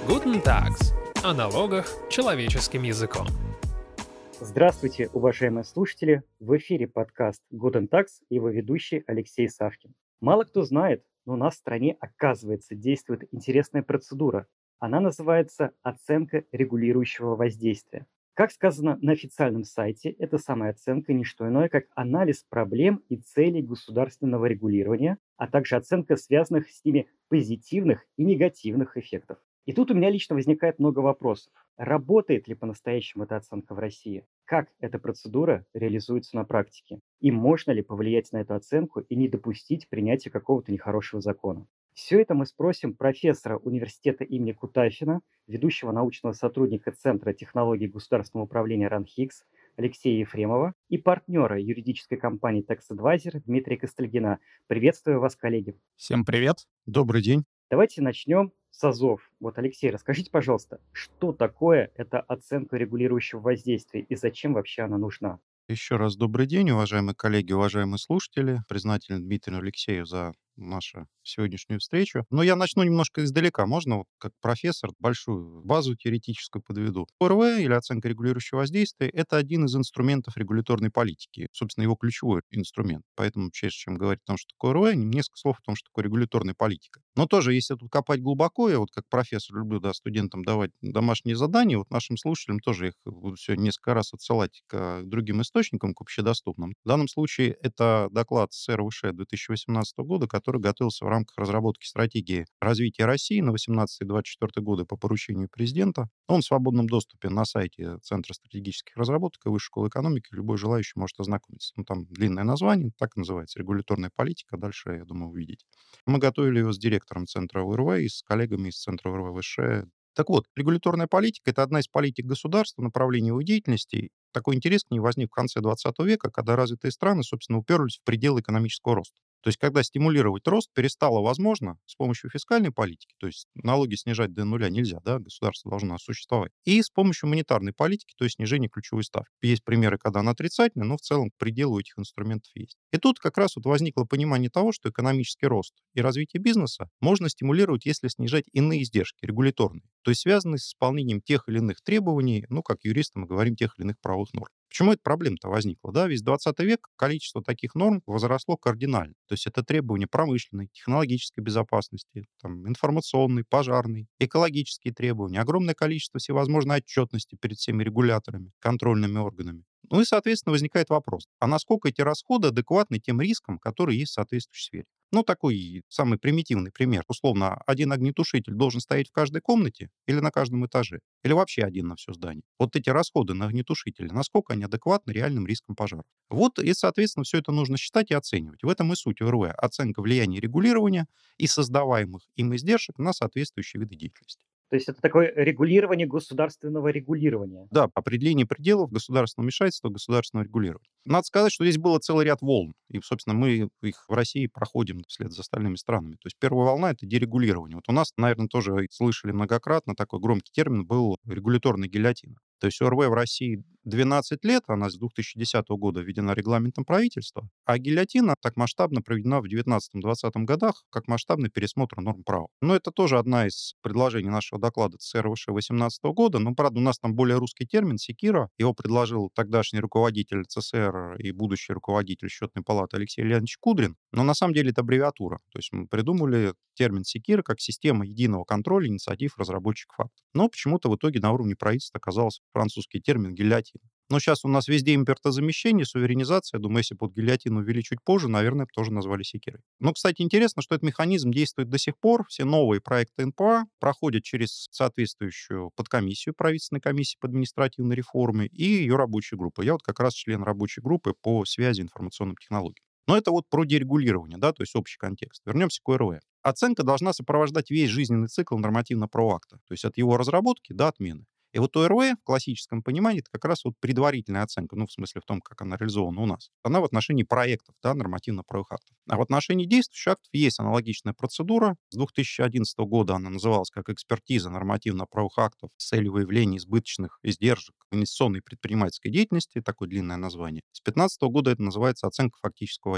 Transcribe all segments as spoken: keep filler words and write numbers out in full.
Guten Tags. О налогах человеческим языком. Здравствуйте, уважаемые слушатели! В эфире подкаст Guten Tax и его ведущий Алексей Савкин. Мало кто знает, но у нас в стране, оказывается, действует интересная процедура. Она называется оценка регулирующего воздействия. Как сказано на официальном сайте, эта самая оценка не что иное, как анализ проблем и целей государственного регулирования, а также оценка связанных с ними позитивных и негативных эффектов. И тут у меня лично возникает много вопросов. Работает ли по-настоящему эта оценка в России? Как эта процедура реализуется на практике? И можно ли повлиять на эту оценку и не допустить принятия какого-то нехорошего закона? Все это мы спросим профессора университета имени Кутафина, ведущего научного сотрудника Центра технологий государственного управления РАНХИКС Алексея Ефремова и партнера юридической компании Tax Advisor Дмитрия Костальгина. Приветствую вас, коллеги. Всем привет. Добрый день. Давайте начнем с азов. Вот, Алексей, расскажите, пожалуйста, что такое эта оценка регулирующего воздействия и зачем вообще она нужна? Еще раз добрый день, уважаемые коллеги, уважаемые слушатели. Признателен Дмитрию Алексею за нашу сегодняшнюю встречу. Но я начну немножко издалека. Можно, вот как профессор, большую базу теоретическую подведу. ОРВ, или оценка регулирующего воздействия, это один из инструментов регуляторной политики. Собственно, его ключевой инструмент. Поэтому, прежде чем говорить о том, что такое ОРВ, несколько слов о том, что такое регуляторная политика. Но тоже, если тут копать глубоко, я вот как профессор люблю, да, студентам давать домашние задания, вот нашим слушателям тоже их буду все несколько раз отсылать к другим источникам, к общедоступным. В данном случае это доклад с эр вэ ш две тысячи восемнадцатого года, который готовился в рамках разработки стратегии развития России на восемнадцатый двадцать четвёртый годы по поручению президента. Он в свободном доступе на сайте Центра стратегических разработок и Высшей школы экономики. Любой желающий может ознакомиться. Ну, там длинное название, так и называется, регуляторная политика. Дальше, я думаю, увидите. Мы готовили его с директором Центра ОРВ и с коллегами из Центра ОРВ ВШ. Так вот, регуляторная политика — это одна из политик государства, направлений его деятельности. Такой интерес к ней возник в конце двадцатого века, когда развитые страны, собственно, уперлись в пределы экономического роста. То есть, когда стимулировать рост перестало возможно с помощью фискальной политики, то есть налоги снижать до нуля нельзя, да, государство должно существовать, и с помощью монетарной политики, то есть снижения ключевой ставки. Есть примеры, когда она отрицательная, но в целом предел у этих инструментов есть. И тут как раз вот возникло понимание того, что экономический рост и развитие бизнеса можно стимулировать, если снижать иные издержки, регуляторные, то есть связанные с исполнением тех или иных требований, ну, как юристы мы говорим, тех или иных правовых норм. Почему эта проблема-то возникла? Да, весь двадцатый век количество таких норм возросло кардинально. То есть это требования промышленной, технологической безопасности, там, информационной, пожарной, экологические требования, огромное количество всевозможной отчетности перед всеми регуляторами, контрольными органами. Ну и, соответственно, возникает вопрос, а насколько эти расходы адекватны тем рискам, которые есть в соответствующей сфере? Ну, такой самый примитивный пример. Условно, один огнетушитель должен стоять в каждой комнате или на каждом этаже, или вообще один на все здание. Вот эти расходы на огнетушители, насколько они адекватны реальным рискам пожаров. Вот и, соответственно, все это нужно считать и оценивать. В этом и суть ОРВ — оценка влияния регулирования и создаваемых им издержек на соответствующие виды деятельности. То есть это такое регулирование государственного регулирования. Да, определение пределов государственного вмешательства, государственного регулирования. Надо сказать, что здесь было целый ряд волн, и, собственно, мы их в России проходим вслед за остальными странами. То есть первая волна — это дерегулирование. Вот у нас, наверное, тоже слышали многократно, такой громкий термин был — регуляторная гильотина. То есть ОРВ в России двенадцать лет, она с две тысячи десятого года введена регламентом правительства, а гильотина так масштабно проведена в девятнадцатом-двадцатом годах, как масштабный пересмотр норм права. Но это тоже одна из предложений нашего доклада цэ эр вэ ш восемнадцатого года, но, правда, у нас там более русский термин секира. Его предложил тогдашний руководитель цэ эс эр и будущий руководитель Счетной палаты Алексей Леонидович Кудрин. Но на самом деле это аббревиатура. То есть мы придумали термин секира как система единого контроля инициатив разработчиков актов. Но почему-то в итоге на уровне правительства оказался французский термин гильотина. Но сейчас у нас везде импортозамещение, суверенизация. Я думаю, если бы вот гильотину ввели чуть позже, наверное, бы тоже назвали секирой. Но, кстати, интересно, что этот механизм действует до сих пор. Все новые проекты эн пэ а проходят через соответствующую подкомиссию правительственной комиссии по административной реформе и ее рабочей группы. Я вот как раз член рабочей группы по связи информационным технологиям. Но это вот про дерегулирование, да, то есть общий контекст. Вернемся к ОРВ. Оценка должна сопровождать весь жизненный цикл нормативно-правового акта, то есть от его разработки до отмены. И вот ОРВ в классическом понимании — это как раз вот предварительная оценка, ну, в смысле в том, как она реализована у нас. Она в отношении проектов, да, нормативно-правовых актов. А в отношении действующих актов есть аналогичная процедура. С две тысячи одиннадцатого года она называлась как экспертиза нормативно-правовых актов с целью выявления избыточных издержек инвестиционной и предпринимательской деятельности, такое длинное название. С две тысячи пятнадцатого года это называется оценка фактического воздействия.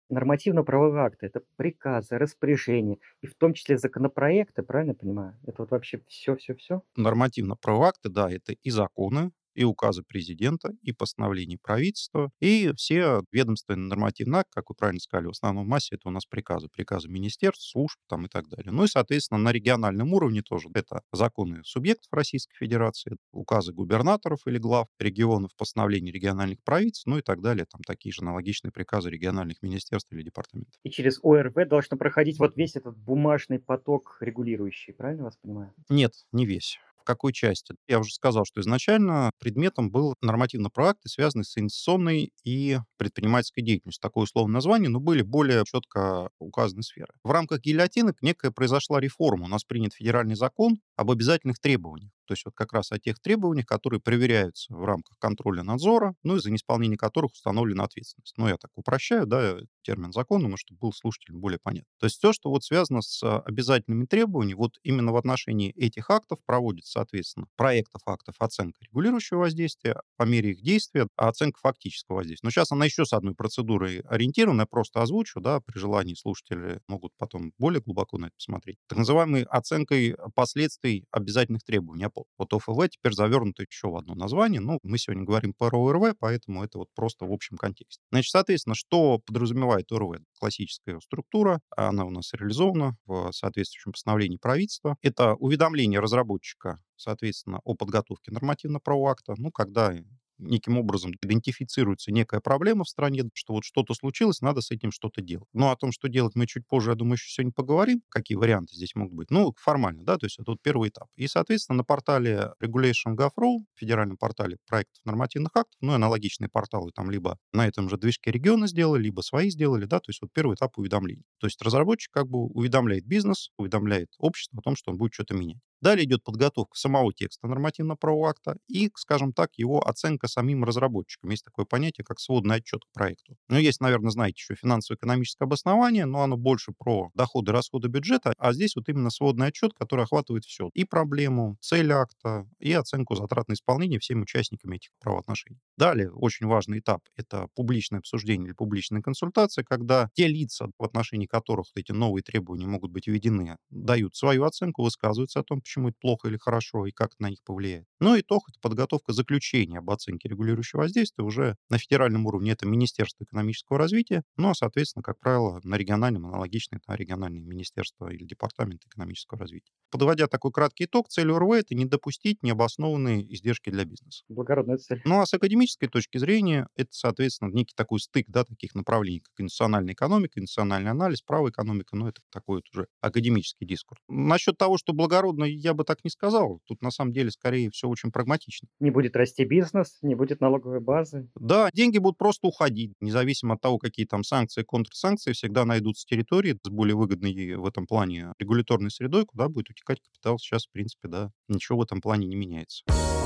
Нормативно-правовые акты — это приказы, распоряжения и в том числе законопроекты, правильно я понимаю? Это вот вообще все-все-все? Нормативно-правовые акты, да, это и законы, и указы президента, и постановления правительства, и все ведомственные нормативные акты, как вы правильно сказали, в основном массе это у нас приказы, приказы министерств, служб там и так далее. Ну и, соответственно, на региональном уровне тоже это законы субъектов Российской Федерации, указы губернаторов или глав регионов, постановления региональных правительств, ну и так далее, там такие же аналогичные приказы региональных министерств или департаментов. И через О Р В должно проходить вот весь этот бумажный поток регулирующий, правильно я вас понимаю? Нет, не весь. В какой части? Я уже сказал, что изначально предметом был нормативно-правовые акты, связанные с инвестиционной и предпринимательской деятельностью. Такое условное название, но были более четко указаны сферы. В рамках гильотинок некая произошла реформа. У нас принят федеральный закон об обязательных требованиях. То есть вот как раз о тех требованиях, которые проверяются в рамках контроля надзора, ну и за неисполнение которых установлена ответственность. Ну, я так упрощаю, да, термин закона, но чтобы был слушателям более понятно. То есть все, что вот связано с а, обязательными требованиями, вот именно в отношении этих актов проводится, соответственно, проектов актов оценка регулирующего воздействия, по мере их действия, а оценка фактического воздействия. Но сейчас она еще с одной процедурой ориентирована, я просто озвучу, да, при желании слушатели могут потом более глубоко на это посмотреть. Так называемой оценкой последствий обязательных требований. Вот О Ф В теперь завернуто еще в одно название. Ну, мы сегодня говорим про О Р В, поэтому это вот просто в общем контексте. Значит, соответственно, что подразумевает О Р В? Классическая структура, она у нас реализована в соответствующем постановлении правительства. Это уведомление разработчика, соответственно, о подготовке нормативно-правового акта. Ну, когда неким образом идентифицируется некая проблема в стране, что вот что-то случилось, надо с этим что-то делать. Но о том, что делать, мы чуть позже, я думаю, еще сегодня поговорим, какие варианты здесь могут быть. Ну, формально, да, то есть это вот первый этап. И, соответственно, на портале regulation точка gov точка ру, федеральном портале проектов нормативных актов, ну, и аналогичные порталы там либо на этом же движке региона сделали, либо свои сделали, да, то есть вот первый этап уведомлений. То есть разработчик как бы уведомляет бизнес, уведомляет общество о том, что он будет что-то менять. Далее идет подготовка самого текста нормативно-правового акта и, скажем так, его оценка самим разработчиком. Есть такое понятие, как сводный отчет к проекту. Ну, есть, наверное, знаете, еще финансово-экономическое обоснование, но оно больше про доходы, расходы бюджета, а здесь вот именно сводный отчет, который охватывает все. И проблему, цель акта, и оценку затрат на исполнение всеми участниками этих правоотношений. Далее, очень важный этап, это публичное обсуждение или публичная консультация, когда те лица, в отношении которых эти новые требования могут быть введены, дают свою оценку, высказываются о том, почему это плохо или хорошо, и как это на них повлияет. Ну и итог — это подготовка заключения об оценке регулирующего воздействия уже на федеральном уровне. Это Министерство экономического развития, ну, а, соответственно, как правило, на региональном аналогично это региональное министерство или департамент экономического развития. Подводя такой краткий итог, цель О Р В — это не допустить необоснованные издержки для бизнеса. Благородная цель. Ну, а с академической точки зрения это, соответственно, некий такой стык, да, таких направлений, как институциональная экономика, институциональный анализ, правая экономика, ну, это такой вот уже академический дискурс. Насчет того, что благородно, я бы так не сказал. Тут, на самом деле, скорее все очень прагматично. Не будет расти бизнес, не будет налоговой базы. Да, деньги будут просто уходить, независимо от того, какие там санкции, контрсанкции, всегда найдутся территории с более выгодной в этом плане регуляторной средой, куда будет утекать капитал. Сейчас, в принципе, да, ничего в этом плане не меняется.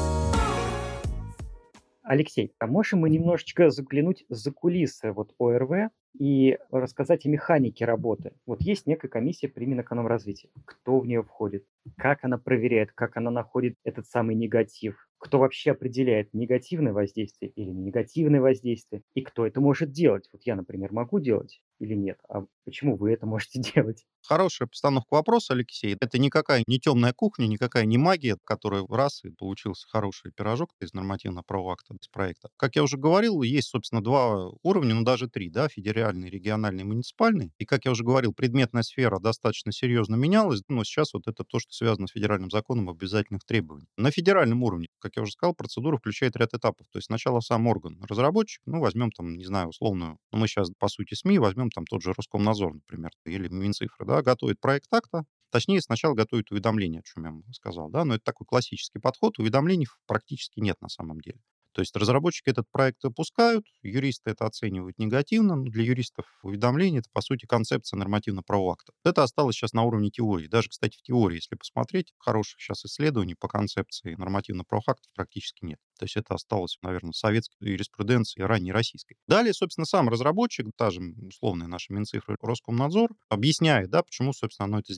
Алексей, а можем мы немножечко заглянуть за кулисы вот О Р В и рассказать о механике работы? Вот есть некая комиссия при Минэкономразвитии. Кто в нее входит? Как она проверяет, как она находит этот самый негатив? Кто вообще определяет негативное воздействие или не негативное воздействие? И кто это может делать? Вот я, например, могу делать или нет? А почему вы это можете делать? Хорошая постановка вопроса, Алексей. Это никакая не темная кухня, никакая не магия, которая в раз и получился хороший пирожок из нормативно-правового акта, из проекта. Как я уже говорил, есть, собственно, два уровня, ну даже три, да, федеральный, региональный, муниципальный. И, как я уже говорил, предметная сфера достаточно серьезно менялась, но сейчас вот это то, что связано с федеральным законом об обязательных требованиях. На федеральном уровне, как я уже сказал, процедура включает ряд этапов. То есть сначала сам орган, разработчик, ну, возьмем там, не знаю, условную, ну, мы сейчас, по сути, СМИ, возьмем там тот же Роскомнадзор, например, или Минцифры, да, готовит проект акта, точнее, сначала готовит уведомление, о чем я вам сказал, да, но это такой классический подход, уведомлений практически нет на самом деле. То есть разработчики этот проект опускают, юристы это оценивают негативно, но для юристов уведомление — это, по сути, концепция нормативно-правового акта. Это осталось сейчас на уровне теории. Даже, кстати, в теории, если посмотреть, хороших сейчас исследований по концепции нормативно-правовых актов практически нет. То есть это осталось, наверное, в советской юриспруденции, ранней российской. Далее, собственно, сам разработчик, та же условная наша Минцифра, Роскомнадзор, объясняет, да, почему, собственно, оно это сделало.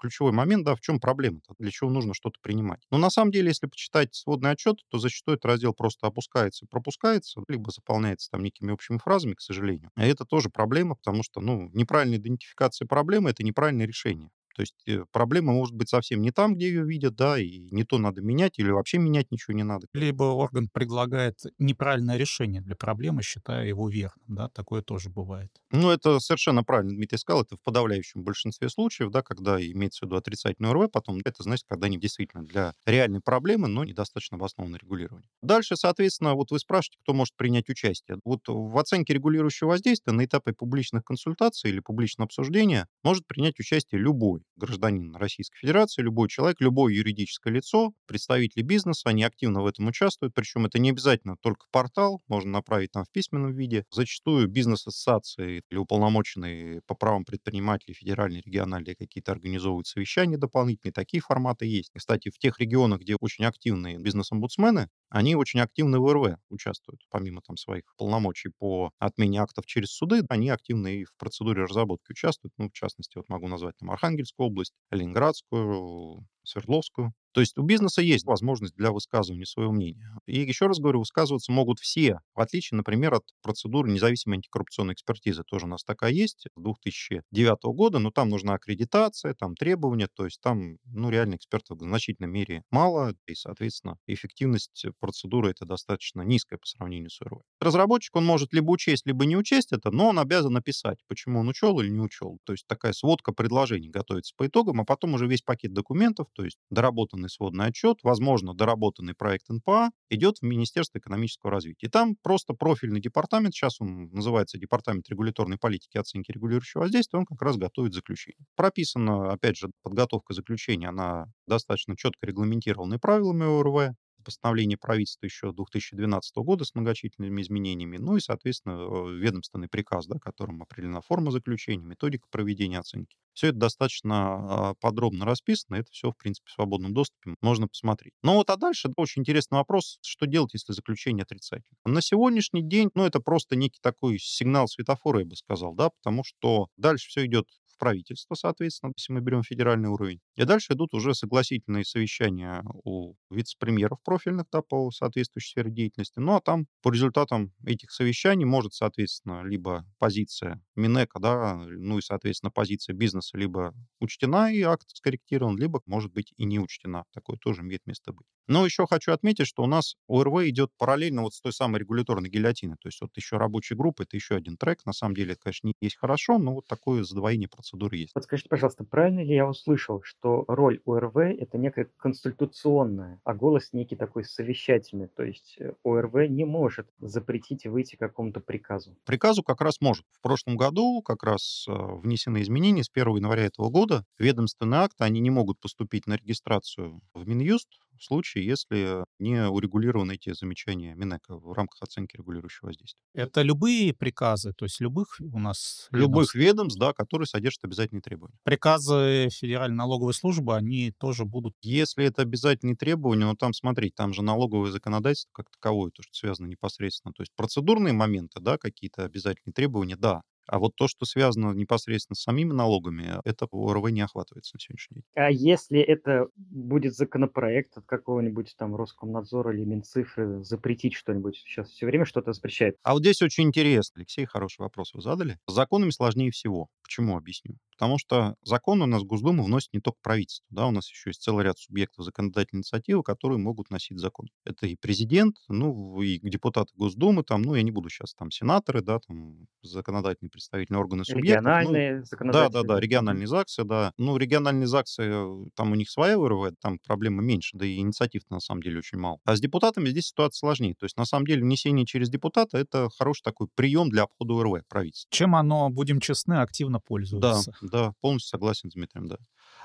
ключевой момент, да, в чем проблема-то, для чего нужно что-то принимать. Но на самом деле, если почитать сводный отчет, то зачастую этот раздел просто опускается, пропускается, либо заполняется там некими общими фразами, к сожалению. А это тоже проблема, потому что, ну, неправильная идентификация проблемы — это неправильное решение. То есть э, проблема может быть совсем не там, где ее видят, да, и не то надо менять, или вообще менять ничего не надо. Либо орган предлагает неправильное решение для проблемы, считая его верным, да, такое тоже бывает. Ну, это совершенно правильно Дмитрий сказал. Это в подавляющем большинстве случаев, да, когда имеется в виду отрицательный ОРВ, потом это, значит, когда они действительно для реальной проблемы, но недостаточно обоснованное регулирование. Дальше, соответственно, вот вы спрашиваете, кто может принять участие. Вот в оценке регулирующего воздействия на этапе публичных консультаций или публичного обсуждения может принять участие любой гражданин Российской Федерации, любой человек, любое юридическое лицо, представители бизнеса, они активно в этом участвуют, причем это не обязательно только портал, можно направить там в письменном виде. Зачастую бизнес-ассоциации или уполномоченные по правам предпринимателей, федеральные, региональные какие-то организовывают совещания дополнительные, такие форматы есть. Кстати, в тех регионах, где очень активные бизнес-омбудсмены, они очень активно в РВ участвуют, помимо там своих полномочий по отмене актов через суды, они активно и в процедуре разработки участвуют. Ну, в частности, вот могу назвать там Архангельскую область, Ленинградскую, Свердловскую. То есть у бизнеса есть возможность для высказывания своего мнения. И еще раз говорю, высказываться могут все, в отличие, например, от процедуры независимой антикоррупционной экспертизы. Тоже у нас такая есть с две тысячи девятого года, но там нужна аккредитация, там требования, то есть там, ну, реально экспертов в значительной мере мало, и, соответственно, эффективность процедуры это достаточно низкая по сравнению с РВ. Разработчик, он может либо учесть, либо не учесть это, но он обязан написать, почему он учел или не учел. То есть такая сводка предложений готовится по итогам, а потом уже весь пакет документов, то есть доработанный сводный отчет, возможно, доработанный проект эн пэ а, идет в Министерство экономического развития. И там просто профильный департамент, сейчас он называется Департамент регуляторной политики и оценки регулирующего воздействия, он как раз готовит заключение. Прописана, опять же, подготовка заключения, она достаточно четко регламентирована правилами о РВ, постановление правительства еще две тысячи двенадцатого года с многочисленными изменениями, ну и, соответственно, э, ведомственный приказ, да, которым определена форма заключения, методика проведения оценки. Все это достаточно а, подробно расписано, это все, в принципе, в свободном доступе можно посмотреть. Но вот а дальше да, очень интересный вопрос, что делать, если заключение отрицательное. На сегодняшний день, ну, это просто некий такой сигнал светофора, я бы сказал, да, потому что дальше все идет в правительство, соответственно, если мы берем федеральный уровень. И дальше идут уже согласительные совещания у вице-премьеров профильных, да, по соответствующей сфере деятельности. Ну, а там по результатам этих совещаний может, соответственно, либо позиция Минэка, да, ну и, соответственно, позиция бизнеса либо учтена и акт скорректирован, либо, может быть, и не учтена. Такое тоже имеет место быть. Но еще хочу отметить, что у нас ОРВ идет параллельно вот с той самой регуляторной гильотиной. То есть вот еще рабочая группа, это еще один трек. На самом деле, это, конечно, не есть хорошо, но вот такое задвоение процедуры есть. Подскажите, пожалуйста, правильно ли я услышал, что роль ОРВ — это некая консультационная, а голос некий такой совещательный? То есть э, ОРВ не может запретить выйти какому-то приказу. Приказу как раз может. В прошлом году как раз э, внесены изменения с первого января этого года. Ведомственные акты, они не могут поступить на регистрацию в Минюст в случае, если не урегулированы эти замечания Минэка в рамках оценки регулирующего воздействия. Это любые приказы, то есть любых у нас Любых ведомств. ведомств, да, которые содержат обязательные требования. Приказы Федеральной налоговой службы, они тоже будут. Если это обязательные требования, ну там, смотрите, там же налоговое законодательство как таковое, то, что связано непосредственно. То есть процедурные моменты, да, какие-то обязательные требования, да. А вот то, что связано непосредственно с самими налогами, это ОРВ не охватывается на сегодняшний день. А если это будет законопроект от какого-нибудь там Роскомнадзора или Минцифры запретить что-нибудь? Сейчас все время что-то запрещает. А вот здесь очень интересно, Алексей, хороший вопрос вы задали. С законами сложнее всего. Почему объясню? Потому что закон у нас в Госдуму вносит не только правительство, да, у нас еще есть целый ряд субъектов законодательной инициативы, которые могут носить закон. Это и президент, ну, и депутаты Госдумы, там, ну, я не буду сейчас, там, сенаторы, да, там, законодательные представительные органы субъектов. Ну, Региональные да, законодатели. да, да, Мгм. региональные ЗАГСы, да. Ну, региональные ЗАГСы, э, там у них своя ОРВ, там проблемы меньше, да и инициатив на самом деле очень мало. А с депутатами здесь ситуация сложнее. То есть, на самом деле, внесение через депутата — это хороший такой прием для обхода ОРВ правительства. Чем оно, будем честны, активно Да, пользуется. да, полностью согласен с Дмитрием, да.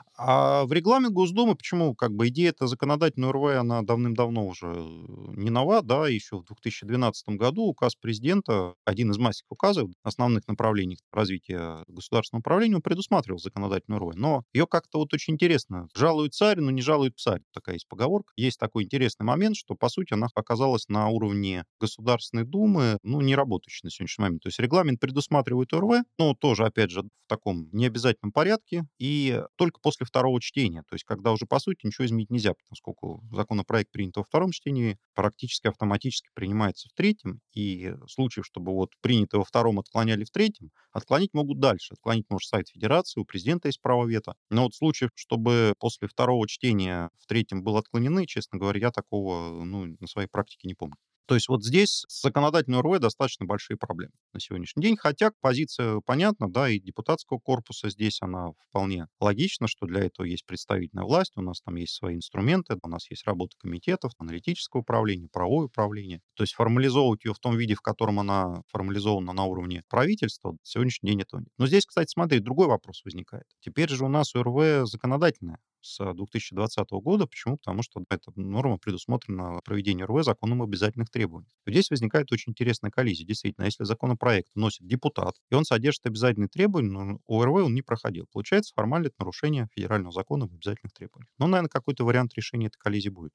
А в регламент Госдумы, почему, как бы, идея эта законодательная РВ, она давным-давно уже э, не нова, да, еще в две тысячи двенадцатом году указ президента, один из мастерских указов, основных направлений развития государственного управления, он предусматривал законодательную РВ. Но ее как-то вот очень интересно. Жалует царь, но не жалует псарь. Такая есть поговорка. Есть такой интересный момент, что, по сути, она оказалась на уровне Государственной Думы, ну, не работающей на сегодняшний момент. То есть регламент предусматривает РВ, но тоже, опять же, в таком необязательном порядке, и только после второго чтения. То есть когда уже, по сути, ничего изменить нельзя, поскольку законопроект принят во втором чтении, практически автоматически принимается в третьем, и случаев, чтобы вот принятый во втором отклоняли в третьем, отклонить могут дальше. Отклонить может сайт Федерации, у президента есть право вето. Но вот случаев, чтобы после второго чтения в третьем было отклонены, честно говоря, я такого, ну, на своей практике не помню. То есть вот здесь с законодательной РВ достаточно большие проблемы на сегодняшний день, хотя позиция понятна, да, и депутатского корпуса здесь она вполне логична, что для этого есть представительная власть, у нас там есть свои инструменты, у нас есть работа комитетов, аналитического управления, правовое управление. То есть формализовывать ее в том виде, в котором она формализована на уровне правительства, на сегодняшний день этого нет. Но здесь, кстати, смотри, другой вопрос возникает. Теперь же у нас у РВ законодательная с две тысячи двадцатого года. Почему? Потому что эта норма предусмотрена проведение РВ законом об обязательных требованиях. Здесь возникает очень интересная коллизия. Действительно, если законопроект вносит депутат, и он содержит обязательные требования, но у РВ он не проходил. Получается, формально это нарушение федерального закона об обязательных требованиях. Но, наверное, какой-то вариант решения этой коллизии будет.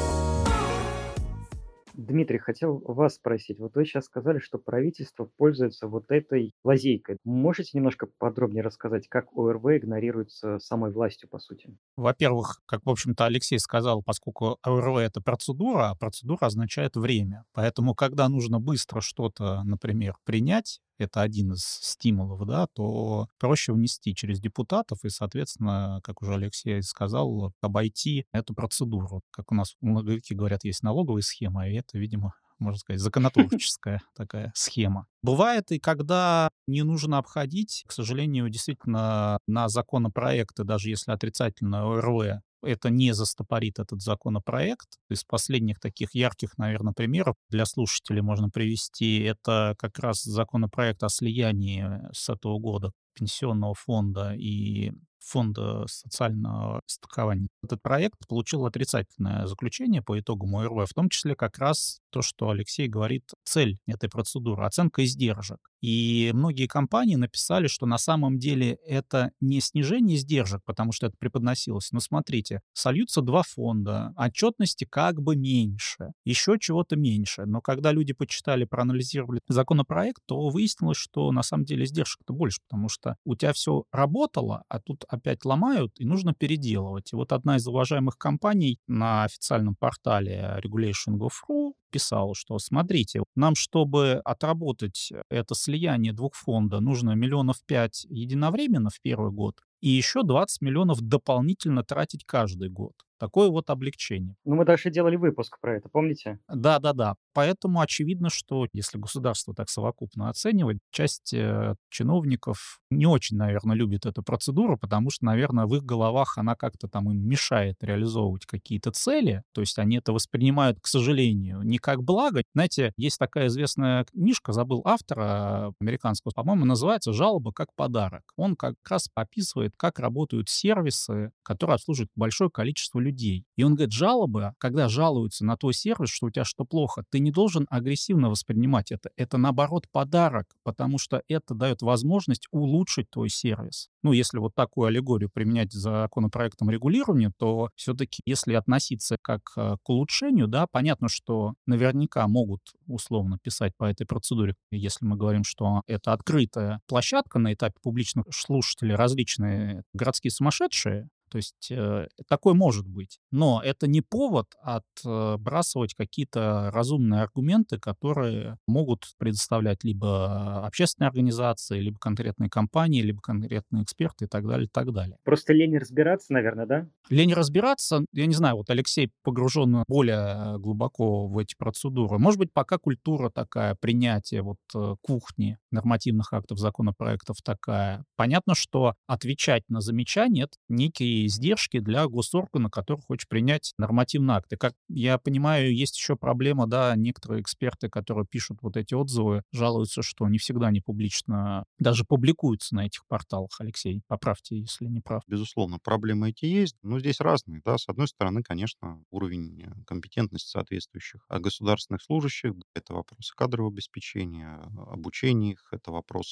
Дмитрий, хотел вас спросить. Вот вы сейчас сказали, что правительство пользуется вот этой лазейкой. Можете немножко подробнее рассказать, как ОРВ игнорируется самой властью, по сути? Во-первых, как, в общем-то, Алексей сказал, поскольку ОРВ — это процедура, а процедура означает время. Поэтому, когда нужно быстро что-то, например, принять, это один из стимулов, да, то проще внести через депутатов и, соответственно, как уже Алексей сказал, обойти эту процедуру. Как у нас в многовеки говорят, есть налоговая схема, и это, видимо, можно сказать, законотворческая такая схема. Бывает и когда не нужно обходить, к сожалению, действительно, на законопроекты, даже если отрицательное ОРВ, это не застопорит этот законопроект. Из последних таких ярких, наверное, примеров для слушателей можно привести, это как раз законопроект о слиянии с этого года пенсионного фонда и фонда социального страхования. Этот проект получил отрицательное заключение по итогам ОРВ, в том числе как раз то, что Алексей говорит, цель этой процедуры — оценка издержек. И многие компании написали, что на самом деле это не снижение издержек, потому что это преподносилось. Но смотрите, сольются два фонда, отчетности как бы меньше, еще чего-то меньше. Но когда люди почитали, проанализировали законопроект, то выяснилось, что на самом деле издержек-то больше, потому что у тебя все работало, а тут опять ломают, и нужно переделывать. И вот одна из уважаемых компаний на официальном портале regulation точка gov точка ru писала, что смотрите, нам, чтобы отработать это слияние двух фондов, нужно миллионов пять единовременно в первый год и еще двадцать миллионов дополнительно тратить каждый год. Такое вот облегчение. Ну, мы даже делали выпуск про это, помните? Да-да-да. Поэтому очевидно, что если государство так совокупно оценивает, часть э, чиновников не очень, наверное, любит эту процедуру, потому что, наверное, в их головах она как-то там им мешает реализовывать какие-то цели. То есть они это воспринимают, к сожалению, не как благо. Знаете, есть такая известная книжка, забыл автора американского, по-моему, называется «Жалоба как подарок». Он как раз описывает, как работают сервисы, которые обслуживают большое количество людей. И он говорит, жалобы, когда жалуются на твой сервис, что у тебя что плохо, ты не должен агрессивно воспринимать это. Это, наоборот, подарок, потому что это дает возможность улучшить твой сервис. Ну, если вот такую аллегорию применять законопроектом регулирования, то все-таки, если относиться как э, к улучшению, да, понятно, что наверняка могут условно писать по этой процедуре, если мы говорим, что это открытая площадка на этапе публичных слушателей, различные городские сумасшедшие. То есть э, такое может быть. Но это не повод отбрасывать какие-то разумные аргументы, которые могут предоставлять либо общественные организации, либо конкретные компании, либо конкретные эксперты и так далее, и так далее. Просто лень разбираться, наверное, да? Лень разбираться, я не знаю, вот Алексей погружен более глубоко в эти процедуры. Может быть, пока культура такая, принятие вот э, кухни, нормативных актов, законопроектов такая. Понятно, что отвечать на замечания — это некие издержки для госоргана, который хочет принять нормативные акты. Как я понимаю, есть еще проблема, да, некоторые эксперты, которые пишут вот эти отзывы, жалуются, что не всегда они публично даже публикуются на этих порталах. Алексей, поправьте, если не прав. Безусловно, проблемы эти есть, но здесь разные. Да? С одной стороны, конечно, уровень э, компетентности соответствующих а государственных служащих, это вопросы кадрового обеспечения, обучения их, это вопросы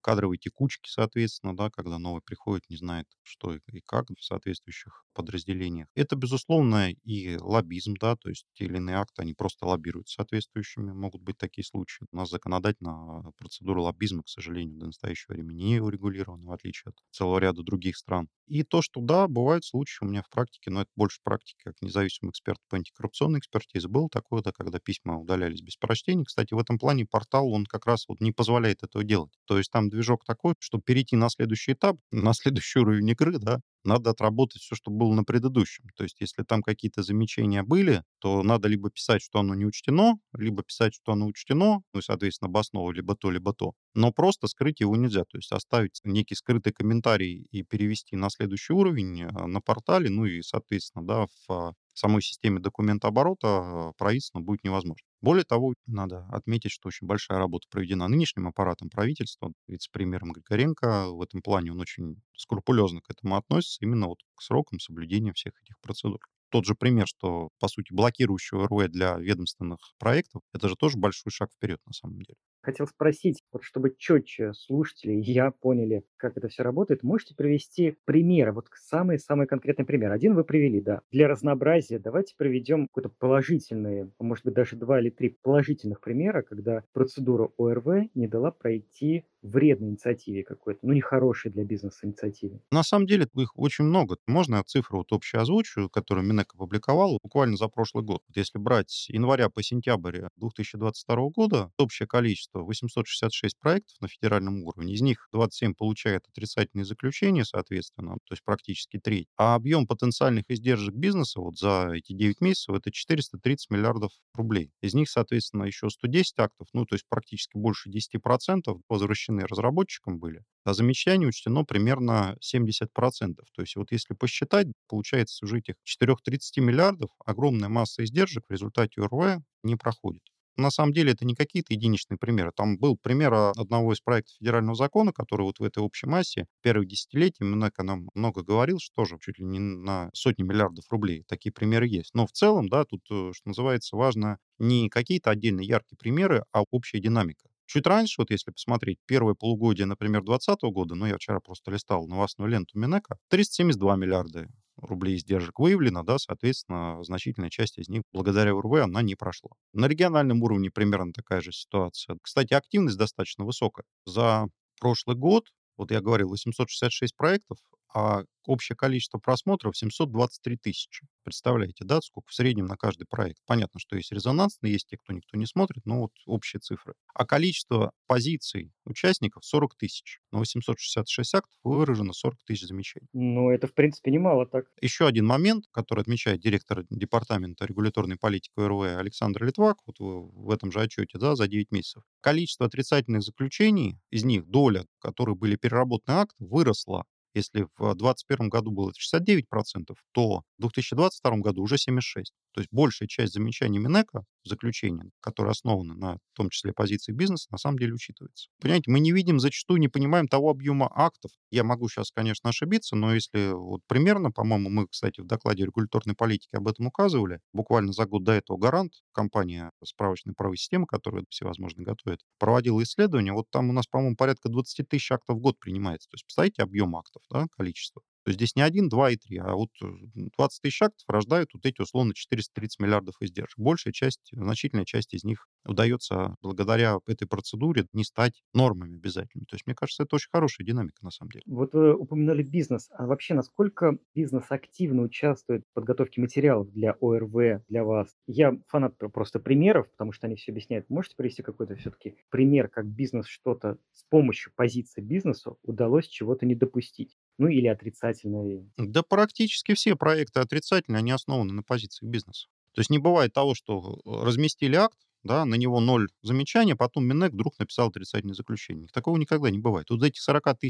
кадровой текучки, соответственно, да, когда новый приходит, не знает, что и и как в соответствующих подразделениях. Это, безусловно, и лоббизм, да, то есть те или иные акты, они просто лоббируют соответствующими. Могут быть такие случаи. У нас законодательно а, процедура лоббизма, к сожалению, до настоящего времени не урегулирована, в отличие от целого ряда других стран. И то, что, да, бывают случаи у меня в практике, но это больше практика, как независимый эксперт по антикоррупционной экспертизе, было такое, да, когда письма удалялись без прочтения. Кстати, в этом плане портал, он как раз вот не позволяет этого делать. То есть там движок такой, чтобы перейти на следующий этап, на следующий уровень игры, да, надо отработать все, что было на предыдущем. То есть если там какие-то замечания были, то надо либо писать, что оно не учтено, либо писать, что оно учтено, ну и, соответственно, обосновывать либо то, либо то. Но просто скрыть его нельзя. То есть оставить некий скрытый комментарий и перевести на следующий уровень а, на портале, ну и, соответственно, да, в а, самой системе документооборота а, правительству будет невозможно. Более того, надо отметить, что очень большая работа проведена нынешним аппаратом правительства, вице-премьером Григоренко. В этом плане он очень скрупулезно к этому относится, именно вот к срокам соблюдения всех этих процедур. Тот же пример, что, по сути, блокирующего эр вэ для ведомственных проектов, это же тоже большой шаг вперед на самом деле. Хотел спросить, вот чтобы четче слушатели и я поняли, как это все работает, можете привести примеры, вот самый-самый конкретный пример. Один вы привели, да. Для разнообразия давайте приведем какой-то положительный, а может быть, даже два или три положительных примера, когда процедура о эр вэ не дала пройти вредной инициативе какой-то, ну, нехорошей для бизнеса инициативе. На самом деле их очень много. Можно я цифру вот общую озвучу, которую Минэк опубликовал буквально за прошлый год. Вот если брать с января по сентябрь две тысячи двадцать второго года, общее количество восемьсот шестьдесят шесть проектов на федеральном уровне. Из них двадцать семь получает отрицательные заключения, соответственно, то есть практически треть. А объем потенциальных издержек бизнеса вот за эти девять месяцев это четыреста тридцать миллиардов рублей. Из них, соответственно, еще сто десять актов, ну, то есть практически больше десять процентов возвращены разработчикам были, а замечаний учтено примерно семьдесят процентов. То есть вот если посчитать, получается уже этих четыреста тридцать миллиардов огромная масса издержек в результате о эр вэ не проходит. На самом деле это не какие-то единичные примеры. Там был пример а, одного из проектов федерального закона, который вот в этой общей массе первых десятилетий Минэк нам много говорил, что тоже чуть ли не на сотни миллиардов рублей. Такие примеры есть. Но в целом, да, тут, э, что называется, важно не какие-то отдельные яркие примеры, а общая динамика. Чуть раньше, вот если посмотреть, первое полугодие, например, двадцатого года, ну, я вчера просто листал новостную ленту Минэка, триста семьдесят два миллиарда рублей издержек выявлено, да, соответственно, значительная часть из них благодаря о эр вэ она не прошла. На региональном уровне примерно такая же ситуация. Кстати, активность достаточно высокая. За прошлый год, вот я говорил, восемьсот шестьдесят шесть проектов, а общее количество просмотров семьсот двадцать три тысячи. Представляете, да, сколько в среднем на каждый проект? Понятно, что есть резонансные, есть те, кто никто не смотрит, но вот общие цифры. А количество позиций участников сорок тысяч. На восемьсот шестьдесят шесть актов выражено сорок тысяч замечаний. Ну, это, в принципе, немало так. Еще один момент, который отмечает директор департамента регуляторной политики о эр вэ Александр Литвак вот в, в этом же отчете, да, за девять месяцев. Количество отрицательных заключений, из них доля, которые были переработаны акт, выросла. Если в двадцать первом году было шестьдесят девять процентов, то в две тысячи двадцать втором году уже семьдесят шесть процентов. То есть большая часть замечаний Минэка, заключения, которые основаны на, в том числе, позиции бизнеса, на самом деле учитывается. Понимаете, мы не видим, зачастую не понимаем того объема актов. Я могу сейчас, конечно, ошибиться, но если вот примерно, по-моему, мы, кстати, в докладе регуляторной политики об этом указывали, буквально за год до этого Гарант, компания справочной правовой системы, которая всевозможно готовит, проводила исследование. Вот там у нас, по-моему, порядка двадцать тысяч актов в год принимается. То есть, представляете, объем актов, да, количество. То есть здесь не один, два и три, а вот двадцать тысяч актов рождают вот эти условно четыреста тридцать миллиардов издержек. Большая часть, значительная часть из них удается благодаря этой процедуре не стать нормами обязательными. То есть, мне кажется, это очень хорошая динамика на самом деле. Вот вы упомянули бизнес. А вообще, насколько бизнес активно участвует в подготовке материалов для о эр вэ, для вас? Я фанат про- просто примеров, потому что они все объясняют. Можете привести какой-то все-таки пример, как бизнес что-то с помощью позиции бизнеса удалось чего-то не допустить? Ну или отрицательное. Да практически все проекты отрицательные, они основаны на позициях бизнеса. То есть не бывает того, что э, разместили акт, да, на него ноль замечаний, а потом Минэк вдруг написал отрицательное заключение. Такого никогда не бывает. Вот из этих сорок тысяч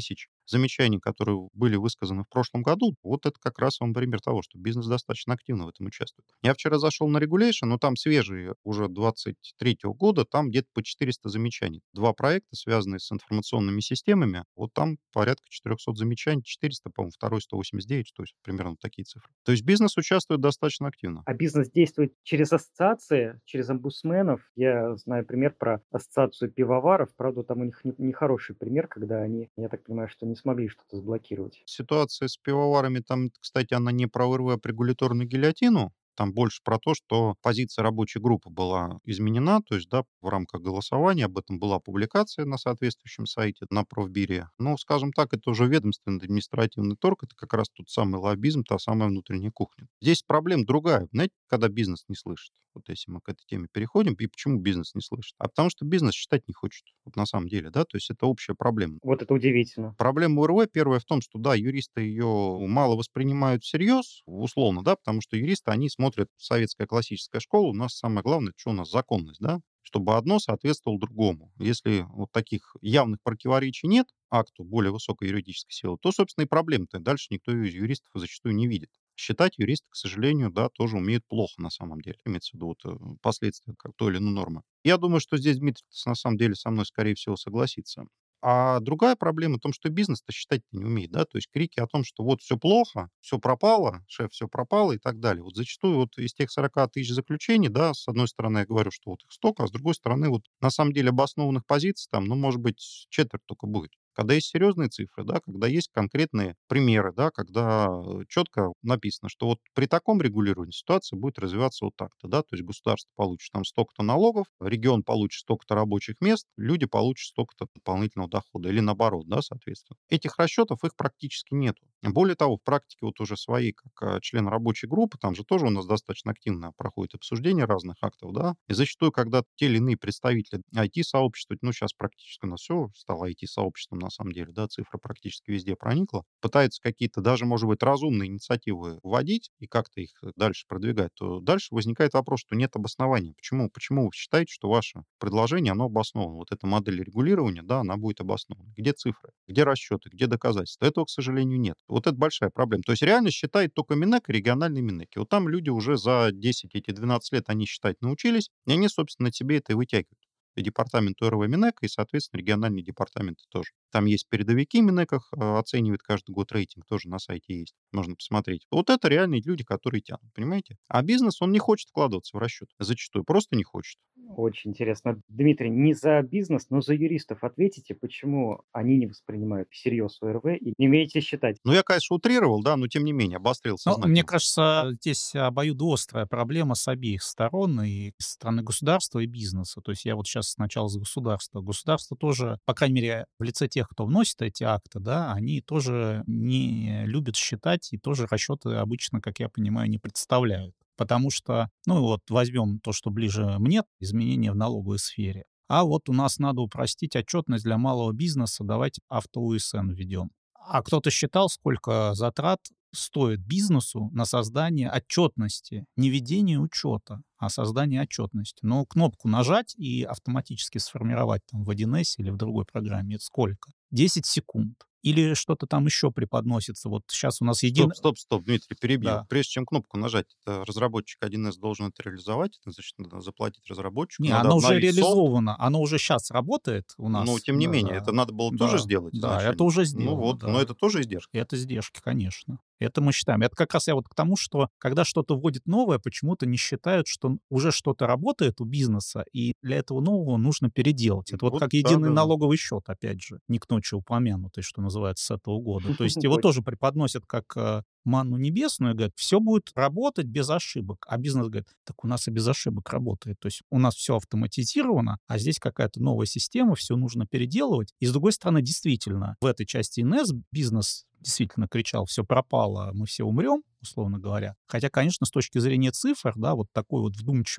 замечаний, которые были высказаны в прошлом году, вот это как раз вам пример того, что бизнес достаточно активно в этом участвует. Я вчера зашел на Regulation, но там свежие уже двадцать третьего года, там где-то по четыреста замечаний. Два проекта, связанные с информационными системами, вот там порядка четыреста замечаний, четыреста, по-моему, второй сто восемьдесят девять, то есть примерно вот такие цифры. То есть бизнес участвует достаточно активно. А бизнес действует через ассоциации, через омбудсменов. Я знаю пример про ассоциацию пивоваров. Правда, там у них не- нехороший пример, когда они, я так понимаю, что не смогли что-то заблокировать. Ситуация с пивоварами, там, кстати, она не про ОРВ, а про регуляторную гильотину. Там больше про то, что позиция рабочей группы была изменена, то есть, да, в рамках голосования об этом была публикация на соответствующем сайте, на профбире. Ну, скажем так, это уже ведомственный административный торг, это как раз тот самый лоббизм, та самая внутренняя кухня. Здесь проблема другая. Знаете, когда бизнес не слышит? Вот если мы к этой теме переходим, и почему бизнес не слышит? А потому что бизнес считать не хочет, вот на самом деле, да, то есть это общая проблема. Вот это удивительно. Проблема УРВ первая в том, что, да, юристы ее мало воспринимают всерьез, условно, да, потому что юристы, они смотрят советская классическая школа, у нас самое главное, что у нас законность, да, чтобы одно соответствовало другому. Если вот таких явных противоречий нет акту более высокой юридической силы, то, собственно, и проблем-то дальше никто из юристов зачастую не видит. Считать юристы, к сожалению, да, тоже умеют плохо на самом деле. Имеется в виду вот, э, последствия как той или иной нормы. Я думаю, что здесь Дмитрий на самом деле со мной, скорее всего, согласится. А другая проблема в том, что бизнес-то считать не умеет, да, то есть крики о том, что вот все плохо, все пропало, шеф, все пропало и так далее. Вот зачастую вот из тех сорока тысяч заключений, да, с одной стороны я говорю, что вот их столько, а с другой стороны вот на самом деле обоснованных позиций там, ну, может быть, четверть только будет. Когда есть серьезные цифры, да, когда есть конкретные примеры, да, когда э, четко написано, что вот при таком регулировании ситуация будет развиваться вот так-то, да, то есть государство получит там столько-то налогов, регион получит столько-то рабочих мест, люди получат столько-то дополнительного дохода или наоборот, да, соответственно. Этих расчетов их практически нету. Более того, в практике вот уже своей, как э, член рабочей группы, там же тоже у нас достаточно активно проходит обсуждение разных актов, да, и зачастую, когда те или иные представители ай ти-сообщества, ну, сейчас практически у нас все стало ай ти-сообществом, на самом деле, да, цифра практически везде проникла, пытаются какие-то даже, может быть, разумные инициативы вводить и как-то их дальше продвигать, то дальше возникает вопрос, что нет обоснования. Почему? Почему вы считаете, что ваше предложение, оно обосновано? Вот эта модель регулирования, да, она будет обоснована. Где цифры? Где расчеты? Где доказательства? Этого, к сожалению, нет. Вот это большая проблема. То есть реально считает только Минэк и региональные Минэки. Вот там люди уже за десять, эти двенадцать лет они считать научились, и они, собственно, на себе это и вытягивают. И департамент ОРВ Минэка, и, соответственно, региональные департаменты тоже. Там есть передовики Минэках, э, оценивают каждый год рейтинг, тоже на сайте есть, можно посмотреть. Вот это реальные люди, которые тянут, понимаете? А бизнес, он не хочет вкладываться в расчет. Зачастую просто не хочет. Очень интересно. Дмитрий, не за бизнес, но за юристов ответите, почему они не воспринимают всерьез ОРВ и не умеете считать. Ну, я, конечно, утрировал, да, но тем не менее, обострил Ну, сознательно. мне кажется, здесь обоюдоострая проблема с обеих сторон, и с стороны государства и бизнеса. То есть я вот сейчас сначала с государства. Государство тоже, по крайней мере, в лице тех, кто вносит эти акты, да, они тоже не любят считать и тоже расчеты обычно, как я понимаю, не представляют. Потому что, ну вот возьмем то, что ближе мне, изменения в налоговой сфере. А вот у нас надо упростить отчетность для малого бизнеса, давайте авто-УСН введем. А кто-то считал, сколько затрат стоит бизнесу на создание отчетности, не ведение учета, а создание отчетности. Но кнопку нажать и автоматически сформировать там в один эс или в другой программе, это сколько? десять секунд. Или что-то там еще преподносится. Вот сейчас у нас един... Стоп, стоп, стоп, Дмитрий, перебью. Да. Прежде чем кнопку нажать, это разработчик один эс должен это реализовать, это значит, надо заплатить разработчику. Не, надо оно уже обновить софт. реализовано, оно уже сейчас работает у нас. Ну, тем не Да, менее, это надо было да, тоже сделать да, изначально. это уже Ну сделано, вот, да. но это тоже издержки. Это издержки, конечно. Это мы считаем. Это как раз я вот к тому, что когда что-то вводит новое, почему-то не считают, что уже что-то работает у бизнеса, и для этого нового нужно переделать. Это вот, Вот как да, единый да, да. налоговый счет, опять же, не к ночи упомянутый, что называется, с этого года. То есть его Точно. тоже преподносят как э, манну небесную, и говорят, все будет работать без ошибок. А бизнес говорит, так у нас и без ошибок работает. То есть у нас все автоматизировано, а здесь какая-то новая система, все нужно переделывать. И с другой стороны, действительно, в этой части эн эс бизнес действительно кричал, все пропало, мы все умрем, условно говоря. Хотя, конечно, с точки зрения цифр, да, вот такой вот вдумчивый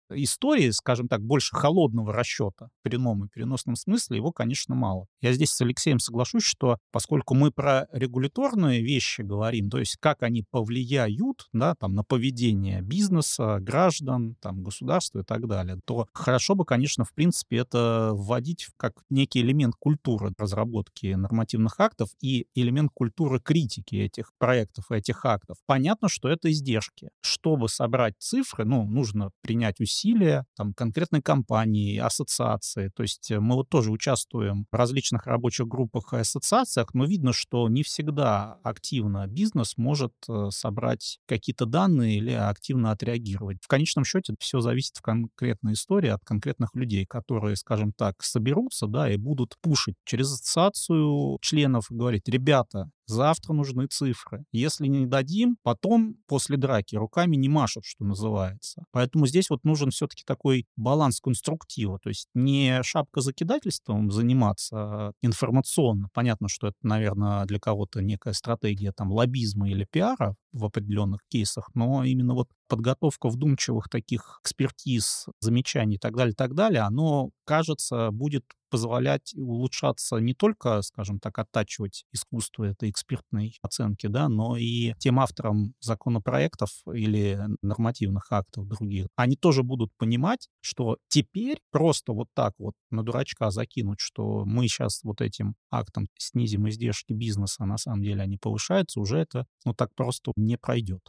истории, скажем так, больше холодного расчета в прямом и переносном смысле, его, конечно, мало. Я здесь с Алексеем соглашусь, что поскольку мы про регуляторные вещи говорим, то есть как они повлияют, да, там, на поведение бизнеса, граждан, там, государства и так далее, то хорошо бы, конечно, в принципе, это вводить как некий элемент культуры разработки нормативных актов и элемент культуры критики этих проектов и этих актов. Понятно, что это издержки. Чтобы собрать цифры, ну, нужно принять усилия там, конкретной компании, ассоциации. То есть мы вот тоже участвуем в различных рабочих группах и ассоциациях, но видно, что не всегда активно бизнес может э, собрать какие-то данные или активно отреагировать. В конечном счете все зависит в конкретной истории от конкретных людей, которые, скажем так, соберутся, да, и будут пушить через ассоциацию членов и говорить: ребята, завтра нужны цифры. Если не дадим, потом после драки руками не машут, что называется. Поэтому здесь вот нужен все-таки такой баланс конструктива. То есть не шапкозакидательством заниматься а информационно. Понятно, что это, наверное, для кого-то некая стратегия там лоббизма или пиара в определенных кейсах, но именно вот подготовка вдумчивых таких экспертиз, замечаний и так далее, так далее, оно, кажется, будет позволять улучшаться не только, скажем так, оттачивать искусство этой экспертной оценки, да, но и тем авторам законопроектов или нормативных актов других. Они тоже будут понимать, что теперь просто вот так вот на дурачка закинуть, что мы сейчас вот этим актом снизим издержки бизнеса, а на самом деле они повышаются, уже это ну так просто не пройдет.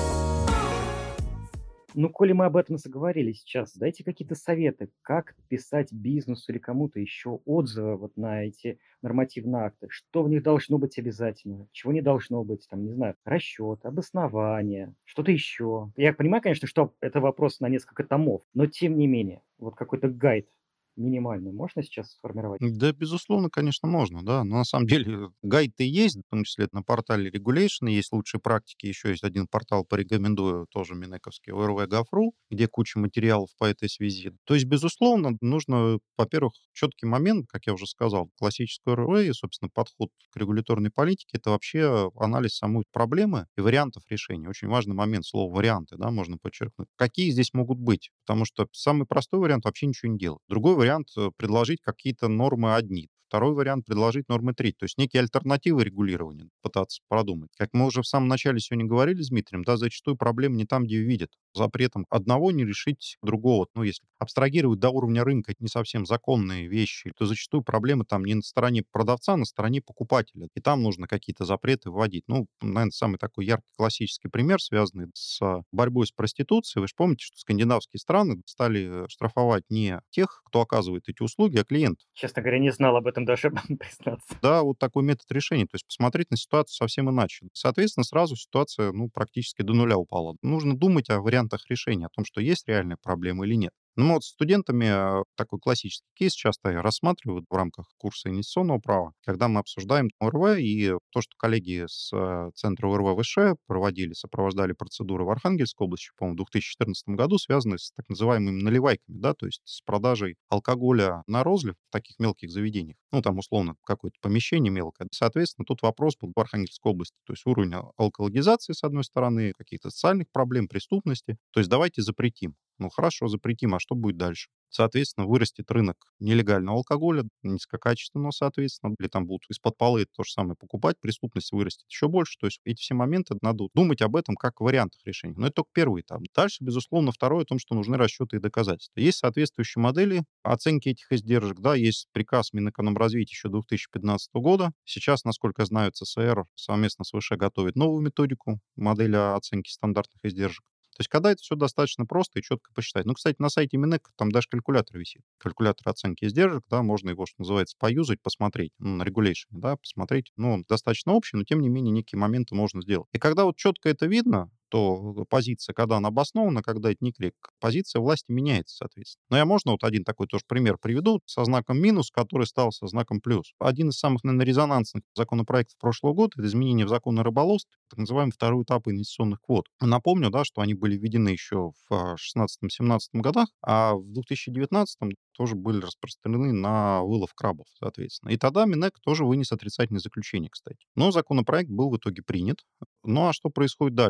Ну, коли мы об этом заговорили сейчас, дайте какие-то советы, как писать бизнесу или кому-то еще отзывы вот на эти нормативные акты. Что в них должно быть обязательно, чего не должно быть, там, не знаю, расчет, обоснование, что-то еще. Я понимаю, конечно, что это вопрос на несколько томов, но тем не менее, вот какой-то гайд минимальный можно сейчас сформировать? Да, безусловно, конечно, можно, да. Но на самом деле гайд-то и есть, в том числе на портале Regulation, есть лучшие практики, еще есть один портал, порекомендую, тоже минэковский, о эр вэ точка гав точка ру, где куча материалов по этой связи. То есть, безусловно, нужно, во-первых, четкий момент, как я уже сказал, классическую о эр вэ и, собственно, подход к регуляторной политике — это вообще анализ самой проблемы и вариантов решения. Очень важный момент, слово «варианты», да, можно подчеркнуть. Какие здесь могут быть? Потому что самый простой вариант — вообще ничего не делать. Другой вариант — предложить какие-то нормы одни. Второй вариант — предложить нормы третьи. То есть некие альтернативы регулирования пытаться продумать. Как мы уже в самом начале сегодня говорили с Дмитрием, да, зачастую проблемы не там, где ее видят. Запретом одного не решить другого. Ну, если абстрагировать до уровня рынка не совсем законные вещи, то зачастую проблемы там не на стороне продавца, а на стороне покупателя. И там нужно какие-то запреты вводить. Ну, наверное, самый такой яркий классический пример, связанный с борьбой с проституцией. Вы же помните, что скандинавские страны стали штрафовать не тех, кто оказывает эти услуги, а клиентов. Честно говоря, не знал об этом даже, признаться. Да, вот такой метод решения. То есть посмотреть на ситуацию совсем иначе. Соответственно, сразу ситуация, ну, практически до нуля упала. Нужно думать о вариантах решения, о том, что есть реальная проблема или нет. Ну, мы вот с студентами э, такой классический кейс часто я рассматриваю в рамках курса инвестиционного права, когда мы обсуждаем о эр вэ и то, что коллеги с э, центра о эр вэ вэ ш проводили, сопровождали процедуры в Архангельской области, по-моему, в две тысячи четырнадцатом году, связанные с так называемыми наливайками, да, то есть с продажей алкоголя на розлив в таких мелких заведениях. Ну, там, условно, какое-то помещение мелкое. Соответственно, тут вопрос был в Архангельской области, то есть уровень алкологизации, с одной стороны, каких-то социальных проблем, преступности. То есть давайте запретим. Ну, хорошо, запретим, а что будет дальше? Соответственно, вырастет рынок нелегального алкоголя, низкокачественного, соответственно, или там будут из-под полы то же самое покупать, преступность вырастет еще больше. То есть эти все моменты надо думать об этом как о вариантах решения. Но это только первый этап. Дальше, безусловно, второе, о том, что нужны расчеты и доказательства. Есть соответствующие модели оценки этих издержек, да, есть приказ Минэкономразвития еще две тысячи пятнадцатого года. Сейчас, насколько я знаю, цэ эс эр совместно с вэ ш готовит новую методику модели оценки стандартных издержек. То есть когда это все достаточно просто и четко посчитать. Ну, кстати, на сайте Минэк там даже калькулятор висит. Калькулятор оценки издержек, да, можно его, что называется, поюзать, посмотреть, ну, на регулейшн, да, посмотреть. Ну, он достаточно общий, но тем не менее некие моменты можно сделать. И когда вот четко это видно, то позиция, когда она обоснована, когда это не крик, позиция власти меняется, соответственно. Но я можно вот один такой тоже пример приведу со знаком минус, который стал со знаком плюс. Один из самых, наверное, резонансных законопроектов прошлого года — это изменение в закон о рыболовстве, так называемый второй этап инвестиционных квот. Напомню, да, что они были введены еще в шестнадцатом-семнадцатом годах, а в две тысячи девятнадцатом тоже были распространены на вылов крабов, соответственно. И тогда Минэк тоже вынес отрицательное заключение, кстати. Но законопроект был в итоге принят. Ну а что происходит дальше? Дальнейшее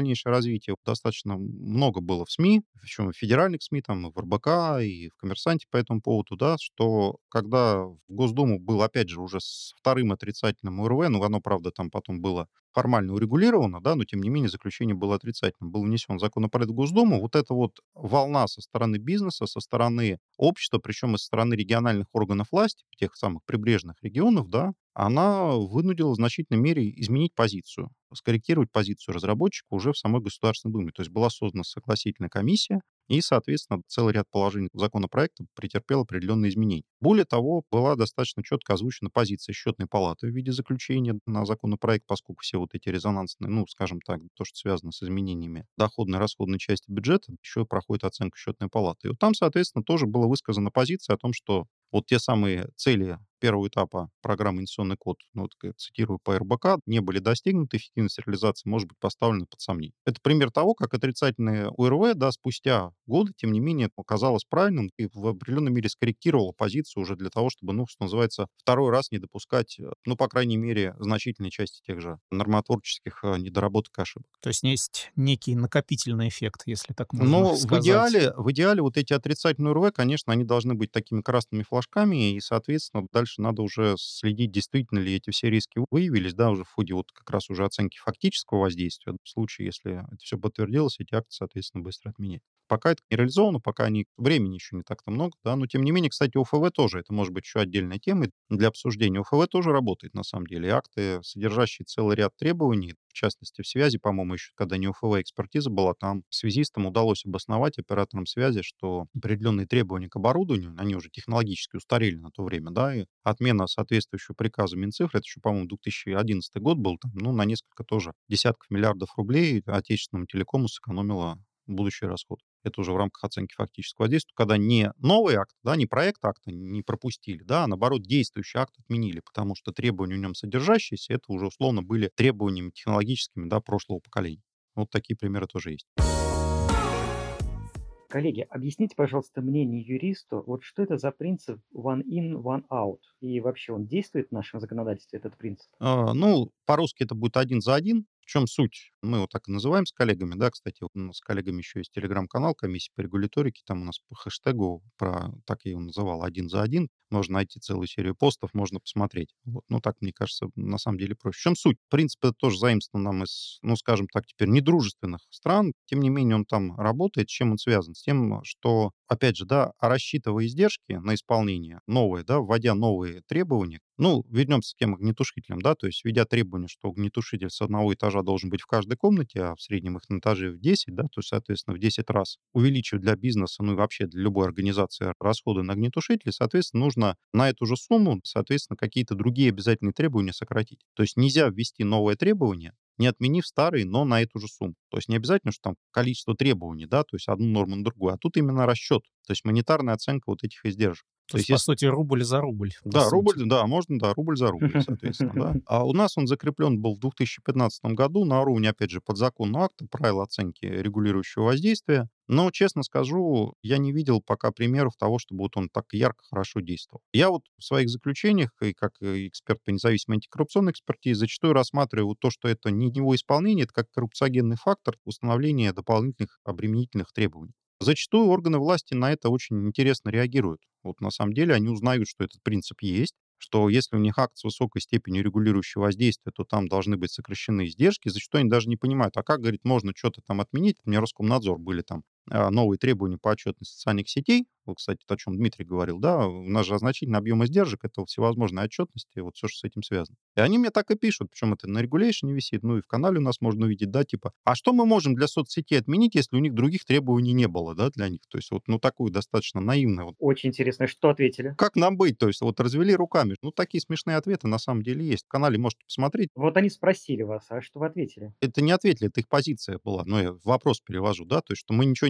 дальнейшее развитие. Достаточно много было в СМИ, причем в федеральных СМИ, там, и в РБК, и в «Коммерсанте» по этому поводу, да, что когда в Госдуму был, опять же, уже с вторым отрицательным УРВ, ну, оно, правда, там потом было формально урегулировано, да, но, тем не менее, заключение было отрицательным. Был внесен законопроект в Госдуму. Вот эта вот волна со стороны бизнеса, со стороны общества, причем и со стороны региональных органов власти, тех самых прибрежных регионов, да, она вынудила в значительной мере изменить позицию, скорректировать позицию разработчика уже в самой Государственной Думе. То есть была создана согласительная комиссия, и, соответственно, целый ряд положений законопроекта претерпел определенные изменения. Более того, была достаточно четко озвучена позиция Счетной палаты в виде заключения на законопроект, поскольку все вот эти резонансные, ну, скажем так, то, что связано с изменениями доходной и расходной части бюджета, еще проходит оценка Счетной палаты. И вот там, соответственно, тоже была высказана позиция о том, что вот те самые цели первого этапа программы «Инвестиционный код», ну, вот, как цитирую по РБК, не были достигнуты, эффективность реализации может быть поставлена под сомнение. Это пример того, как отрицательное УРВ, да, спустя годы, тем не менее, оказалось правильным и в определенной мере скорректировало позицию уже для того, чтобы, ну, что называется, второй раз не допускать, э, ну, по крайней мере, значительной части тех же нормотворческих э, недоработок и ошибок. То есть есть некий накопительный эффект, если так можно Но в сказать. идеале, в идеале вот эти отрицательные УРВ, конечно, они должны быть такими красными флажками, и, соответственно, дальше надо уже следить, действительно ли эти все риски выявились, да, уже в ходе вот как раз уже оценки фактического воздействия. В случае, если это все подтвердилось, эти акты, соответственно, быстро отменять. Пока это не реализовано, пока они, времени еще не так-то много, да, но тем не менее, кстати, ОФВ тоже, это может быть еще отдельной темой для обсуждения. ОФВ тоже работает, на самом деле, и акты, содержащие целый ряд требований, в частности, в связи, по-моему, еще когда не ОФВ экспертиза была, там связистам удалось обосновать, операторам связи, что определенные требования к оборудованию, они уже технологически устарели на то время, да, и отмена соответствующего приказа Минцифры, это еще, по-моему, две тысячи одиннадцатый год был, там, ну, на несколько тоже десятков миллиардов рублей отечественному телекому сэкономило будущий расход. Это уже в рамках оценки фактического воздействия, когда не новый акт, да, не проект акта не пропустили, да, а наоборот, действующий акт отменили, потому что требования в нем содержащиеся, это уже условно были требованиями технологическими, да, прошлого поколения. Вот такие примеры тоже есть. Коллеги, объясните, пожалуйста, мне, не юристу, вот что это за принцип one in, one out? И вообще он действует в нашем законодательстве, этот принцип? А, ну, по-русски это будет один за один. В чем суть? Мы его так и называем с коллегами, да, кстати, вот у нас с коллегами еще есть телеграм-канал комиссии по регуляторике, там у нас по хэштегу, про, так я его называл, один за один, можно найти целую серию постов, можно посмотреть. Вот. Ну, так, мне кажется, на самом деле проще. В чем суть? Принцип это тоже заимствован нам из, ну, скажем так, теперь недружественных стран, тем не менее он там работает. С чем он связан? С тем, что, опять же, да, рассчитывая издержки на исполнение новые, да, вводя новые требования, ну, вернемся к тем огнетушителям, да, то есть введя требование, что огнетушитель с одного этажа должен быть в каждой комнате, а в среднем их на этаже в десять, да, то есть, соответственно, в десять раз увеличивать для бизнеса, ну и вообще для любой организации расходы на огнетушители, соответственно, нужно на эту же сумму, соответственно, какие-то другие обязательные требования сократить. То есть нельзя ввести новое требование, не отменив старые, но на эту же сумму. То есть не обязательно, что там количество требований, да, то есть одну норму на другую, а тут именно расчет, то есть монетарная оценка вот этих издержек. То, то есть, есть, по сути, рубль за рубль. Да, рубль, да, можно, да, рубль за рубль, соответственно, да. А у нас он закреплен был в две тысячи пятнадцатом году на уровне, опять же, подзаконного акта, правила оценки регулирующего воздействия. Но, честно скажу, я не видел пока примеров того, чтобы вот он так ярко, хорошо действовал. Я вот в своих заключениях, и как эксперт по независимой антикоррупционной экспертизе, зачастую рассматриваю вот то, что это не его исполнение, это как коррупциогенный фактор установления дополнительных обременительных требований. Зачастую органы власти на это очень интересно реагируют. Вот на самом деле они узнают, что этот принцип есть, что если у них акт с высокой степенью регулирующего воздействия, то там должны быть сокращены издержки. Зачастую они даже не понимают, а как, говорит, можно что-то там отменить. У меня Роскомнадзор были там а, новые требования по отчетности социальных сетей. Вот, кстати, то, о чем Дмитрий говорил, да, у нас же значительный объем издержек, это всевозможные отчетности, вот все, что с этим связано. И они мне так и пишут, причем это на регулейшене висит, ну и в канале у нас можно увидеть, да, типа, а что мы можем для соцсетей отменить, если у них других требований не было, да, для них? То есть вот, ну, такую достаточно наивную. Вот. Очень интересно, что ответили? Как нам быть? То есть вот развели руками. Ну, такие смешные ответы на самом деле есть. В канале можете посмотреть. Вот они спросили вас, а что вы ответили? Это не ответили, это их позиция была. Но я вопрос перевожу, да, то есть что мы ничего не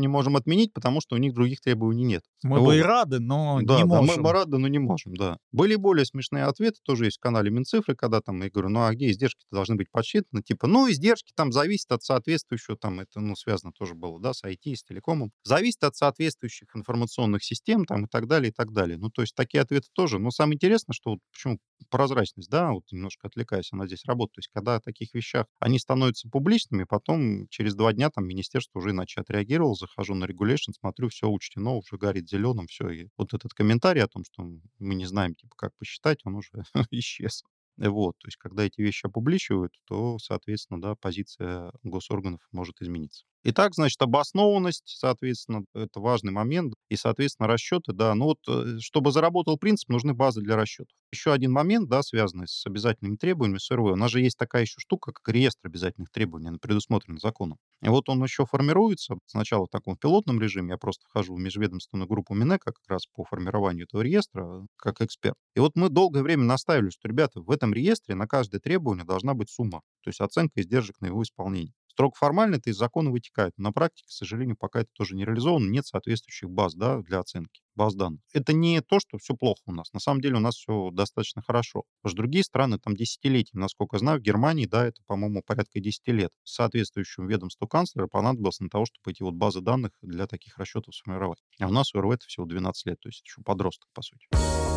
не можем отменить, потому что у них других требований нет. Мы бы и Вот. рады, но Да, не да, мы, мы можем. рады, но не можем, да. Были более смешные ответы, тоже есть в канале Минцифры, когда там, я говорю, ну а где издержки должны быть подсчитаны? Типа, ну, издержки там зависят от соответствующего, там, это, ну, связано тоже было, да, с ай ти, с телекомом, зависит от соответствующих информационных систем, там, и так далее, и так далее. Ну, то есть такие ответы тоже. Но самое интересное, что вот почему прозрачность, да, вот немножко отвлекаясь, она здесь работает. То есть когда о таких вещах, они становятся публичными, потом через два дня там министерство уже иначе отреагировало, захожу на регуляшн, смотрю, все учтено, уже горит зеленым, все. И вот этот комментарий о том, что мы не знаем, типа, как посчитать, он уже исчез. Вот, то есть, когда эти вещи опубличивают, то, соответственно, да, позиция госорганов может измениться. Итак, значит, обоснованность, соответственно, это важный момент, и, соответственно, расчеты, да. Ну вот, э, чтобы заработал принцип, нужны базы для расчетов. Еще один момент, да, связанный с обязательными требованиями эс эр вэ. У нас же есть такая еще штука, как реестр обязательных требований, она предусмотрена законом. И вот он еще формируется сначала в таком пилотном режиме, я просто вхожу в межведомственную группу Минэка как раз по формированию этого реестра как эксперт. И вот мы долгое время настаивали, что, ребята, в этом реестре на каждое требование должна быть сумма, то есть оценка издержек на его исполнение. Строго формально это из закона вытекает, но на практике, к сожалению, пока это тоже не реализовано, нет соответствующих баз, да, для оценки, баз данных. Это не то, что все плохо у нас. На самом деле у нас все достаточно хорошо. Потому что другие страны там десятилетиями, насколько я знаю, в Германии, да, это, по-моему, порядка десяти лет. Соответствующему ведомству канцлера понадобилось на того, чтобы эти вот базы данных для таких расчетов сформировать. А у нас у эр вэ это всего двенадцать лет, то есть еще подросток, по сути.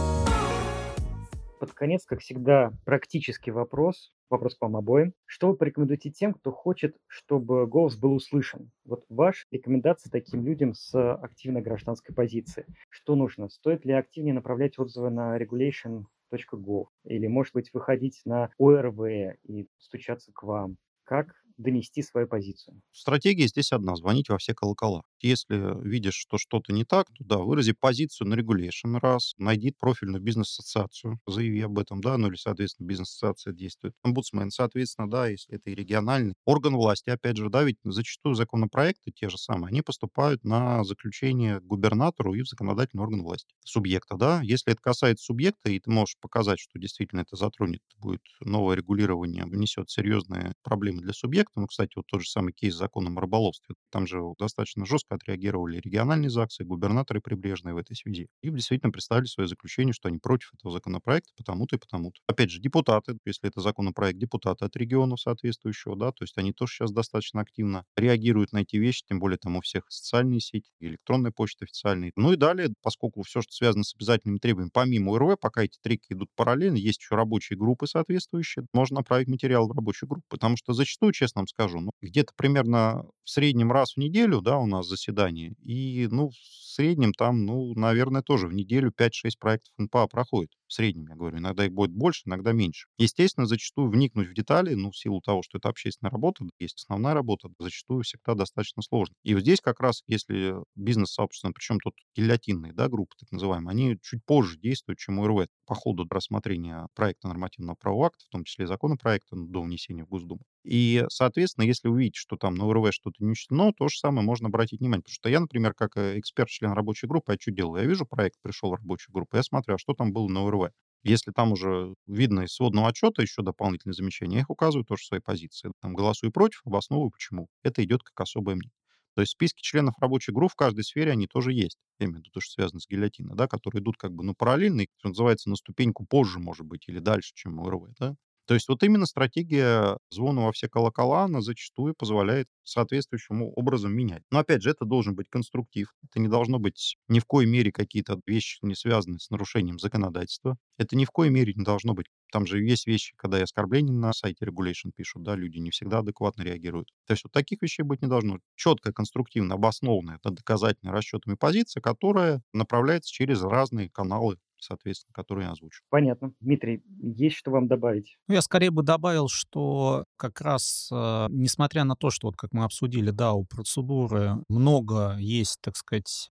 Под конец, как всегда, практический вопрос. Вопрос к вам обоим. Что вы порекомендуете тем, кто хочет, чтобы голос был услышан? Вот ваши рекомендации таким людям с активной гражданской позицией. Что нужно? Стоит ли активнее направлять отзывы на regulation точка gov? Или, может быть, выходить на о эр вэ и стучаться к вам? Как донести свою позицию? Стратегия здесь одна — звонить во все колокола. Если видишь, что что-то не так, то да, вырази позицию на регуляшн раз, найди профильную бизнес-ассоциацию, заяви об этом, да, ну или, соответственно, бизнес-ассоциация действует. Омбудсмен, соответственно, да, если это и региональный орган власти, опять же, да, ведь зачастую законопроекты те же самые, они поступают на заключение к губернатору и в законодательный орган власти субъекта, да. Если это касается субъекта, и ты можешь показать, что действительно это затронет, будет новое регулирование, внесет серьезные проблемы для субъекта. Ну, кстати, вот тот же самый кейс с законом о рыболовстве. Там же достаточно жестко отреагировали региональные ЗАГСы, губернаторы прибрежные в этой связи. И действительно представили свое заключение, что они против этого законопроекта потому-то и потому-то. Опять же, депутаты, если это законопроект, депутаты от региона соответствующего, да, то есть они тоже сейчас достаточно активно реагируют на эти вещи, тем более там у всех социальные сети, электронная почта официальная. Ну и далее, поскольку все, что связано с обязательными требованиями, помимо о эр вэ, пока эти треки идут параллельно, есть еще рабочие группы соответствующие, можно направить материал в рабочую группу, потому что зачастую, честно вам скажу, ну, где-то примерно в среднем раз в неделю, да, у нас заседание, и, ну, в среднем там, ну, наверное, тоже в неделю пять-шесть проектов эн пэ а проходит. В среднем, я говорю, иногда их будет больше, иногда меньше. Естественно, зачастую вникнуть в детали, ну, в силу того, что это общественная работа, есть основная работа, зачастую всегда достаточно сложно. И вот здесь как раз, если бизнес-сообщество, причем тут гильотинные, да, группы так называемые, они чуть позже действуют, чем о эр вэ по ходу рассмотрения проекта нормативного правового акта, в том числе и законопроекта до внесения в Госдуму. И, соответственно, если вы видите, что там на о эр вэ что-то не учтено, то же самое можно обратить внимание. Потому что я, например, как э, эксперт, член рабочей группы, я что делаю? Я вижу проект, пришел в рабочую группу, я смотрю, а что там было на о эр вэ. Если там уже видно из сводного отчета еще дополнительные замечания, я их указываю тоже в своей позиции. Там голосую против, обосновываю, почему. Это идет как особое мнение. То есть списки членов рабочих групп в каждой сфере, они тоже есть. Я имею в виду то, что связано с гильотиной, да, которые идут как бы, ну, параллельно, и, что называется, на ступеньку позже, может быть, или дальше, чем о эр вэ, да. То есть вот именно стратегия звона во все колокола, она зачастую позволяет соответствующим образом менять. Но опять же, это должен быть конструктив. Это не должно быть ни в коей мере какие-то вещи, не связанные с нарушением законодательства. Это ни в коей мере не должно быть. Там же есть вещи, когда и оскорбления на сайте Regulation пишут, да, люди не всегда адекватно реагируют. То есть вот таких вещей быть не должно. Четкая, конструктивно обоснованная, это доказательная расчетами позиция, которая направляется через разные каналы, соответственно, которые я озвучу. Понятно. Дмитрий, есть что вам добавить? Ну, я скорее бы добавил, что как раз, э, несмотря на то, что, вот как мы обсудили, да, у процедуры много есть, так сказать,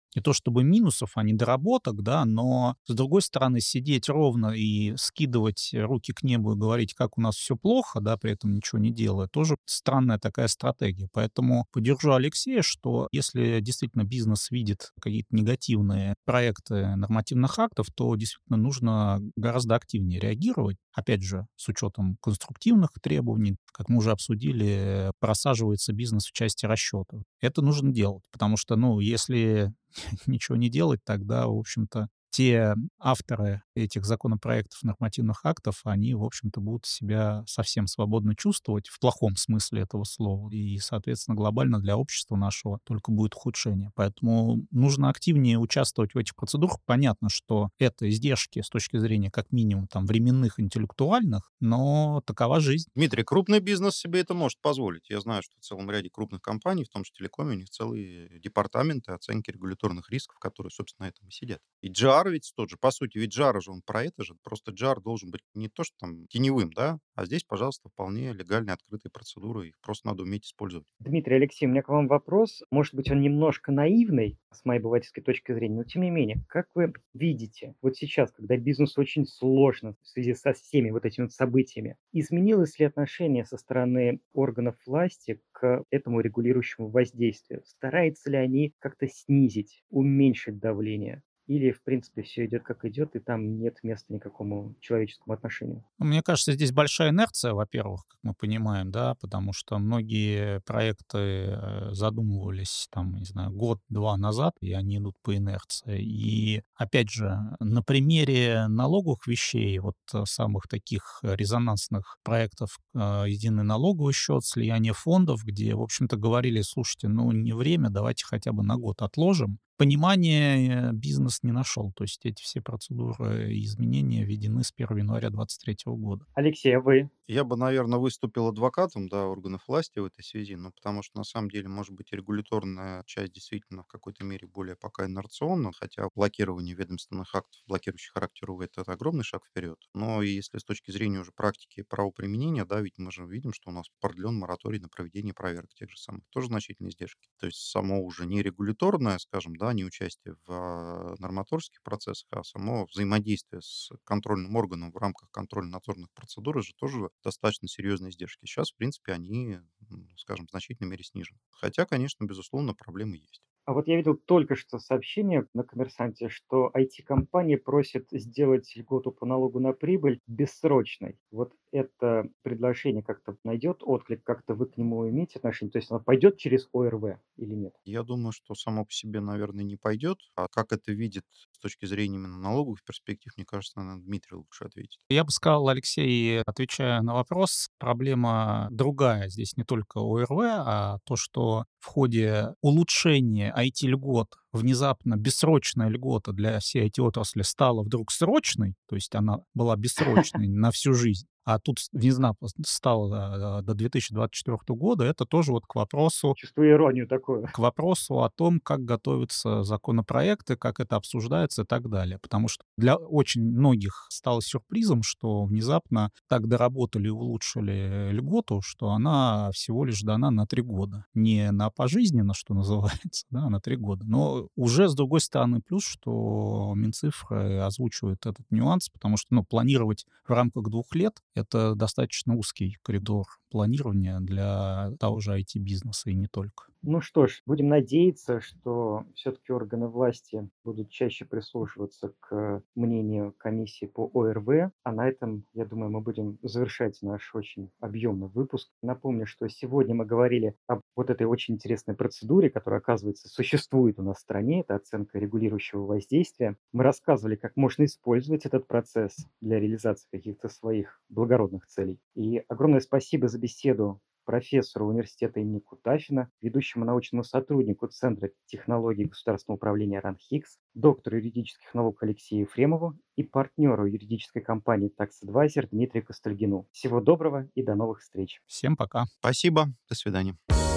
не то чтобы минусов, а недоработок, да, но, с другой стороны, сидеть ровно и скидывать руки к небу и говорить, как у нас все плохо, да, при этом ничего не делая, тоже странная такая стратегия. Поэтому поддержу Алексея, что если действительно бизнес видит какие-то негативные проекты нормативных актов, то действительно нужно гораздо активнее реагировать. Опять же, с учетом конструктивных требований, как мы уже обсудили, просаживается бизнес в части расчета. Это нужно делать, потому что, ну, если ничего не делать, тогда, в общем-то, те авторы этих законопроектов, нормативных актов, они, в общем-то, будут себя совсем свободно чувствовать в плохом смысле этого слова. И, соответственно, глобально для общества нашего только будет ухудшение. Поэтому нужно активнее участвовать в этих процедурах. Понятно, что это издержки с точки зрения как минимум там временных, интеллектуальных, но такова жизнь. Дмитрий, крупный бизнес себе это может позволить. Я знаю, что в целом ряде крупных компаний, в том же телекоме, у них целые департаменты оценки регуляторных рисков, которые, собственно, на этом и сидят. И джи ар ведь тот же, по сути, ведь джи ар же он про это же, просто джи ар должен быть не то, что там теневым, да, а здесь, пожалуйста, вполне легальные открытые процедуры, их просто надо уметь использовать. Дмитрий, Алексей, у меня к вам вопрос. Может быть, он немножко наивный с моей обывательской точки зрения, но тем не менее, как вы видите, вот сейчас, когда бизнесу очень сложно в связи со всеми вот этими вот событиями, изменилось ли отношение со стороны органов власти к этому регулирующему воздействию? Стараются ли они как-то снизить, уменьшить давление? Или, в принципе, все идет как идет, и там нет места никакому человеческому отношению? Ну, мне кажется, здесь большая инерция, во-первых, как мы понимаем, да, потому что многие проекты э, задумывались, там, не знаю, год-два назад, и они идут по инерции. И, опять же, на примере налоговых вещей, вот э, самых таких резонансных проектов э, единый налоговый счет, слияние фондов, где, в общем-то, говорили, слушайте, ну, не время, давайте хотя бы на год отложим. Понимания э, бизнес не нашел. То есть эти все процедуры и изменения введены с первого января двадцать третьего года. Алексей, а вы? Я бы, наверное, выступил адвокатом, да, органов власти в этой связи, ну, потому что, на самом деле, может быть, регуляторная часть действительно в какой-то мере более пока инерционна, хотя блокирование ведомственных актов, блокирующих характер УВ, это огромный шаг вперед. Но и если с точки зрения уже практики правоприменения, да, ведь мы же видим, что у нас продлен мораторий на проведение проверок тех же самых, тоже значительные издержки. То есть само уже не регуляторное, скажем, да, не участие в а, нормотворческих процессах, а само взаимодействие с контрольным органом в рамках контрольно-надзорных процедур, это же тоже достаточно серьезные издержки. Сейчас, в принципе, они, м, скажем, в значительной мере снижены. Хотя, конечно, безусловно, проблемы есть. А вот я видел только что сообщение на «Коммерсанте», что ай ти-компании просят сделать льготу по налогу на прибыль бессрочной. Вот это предложение как-то найдет отклик, как-то вы к нему имеете отношение? То есть оно пойдет через о эр вэ или нет? Я думаю, что само по себе, наверное, не пойдет. А как это видит с точки зрения именно налоговых перспектив, мне кажется, наверное, Дмитрий лучше ответит. Я бы сказал, Алексей, отвечая на вопрос, проблема другая. Здесь не только о эр вэ, а то, что в ходе улучшения ай ти-льгот внезапно бессрочная льгота для всей ай ти-отрасли стала вдруг срочной, то есть она была бессрочной на всю жизнь, а тут с- внезапно стало э, до две тысячи двадцать четвёртого года, это тоже вот к вопросу Чувствую иронию такую. к вопросу о том, как готовятся законопроекты, как это обсуждается и так далее. Потому что для очень многих стало сюрпризом, что внезапно так доработали и улучшили льготу, что она всего лишь дана на три года. Не на пожизненно, что называется, да, а на три года. Но уже, с другой стороны, плюс, что Минцифры озвучивает этот нюанс, потому что, ну, планировать в рамках двух лет — это достаточно узкий коридор планирования для того же ай ти-бизнеса и не только. Ну что ж, будем надеяться, что все-таки органы власти будут чаще прислушиваться к мнению комиссии по о эр вэ. А на этом, я думаю, мы будем завершать наш очень объемный выпуск. Напомню, что сегодня мы говорили об вот этой очень интересной процедуре, которая, оказывается, существует у нас в стране. Это оценка регулирующего воздействия. Мы рассказывали, как можно использовать этот процесс для реализации каких-то своих благородных целей. И огромное спасибо за беседу профессору университета имени Кутафина, ведущему научному сотруднику Центра технологий государственного управления РАНХИКС, доктору юридических наук Алексею Ефремову и партнеру юридической компании Tax Advisor Дмитрию Костальгину. Всего доброго и до новых встреч. Всем пока. Спасибо. До свидания.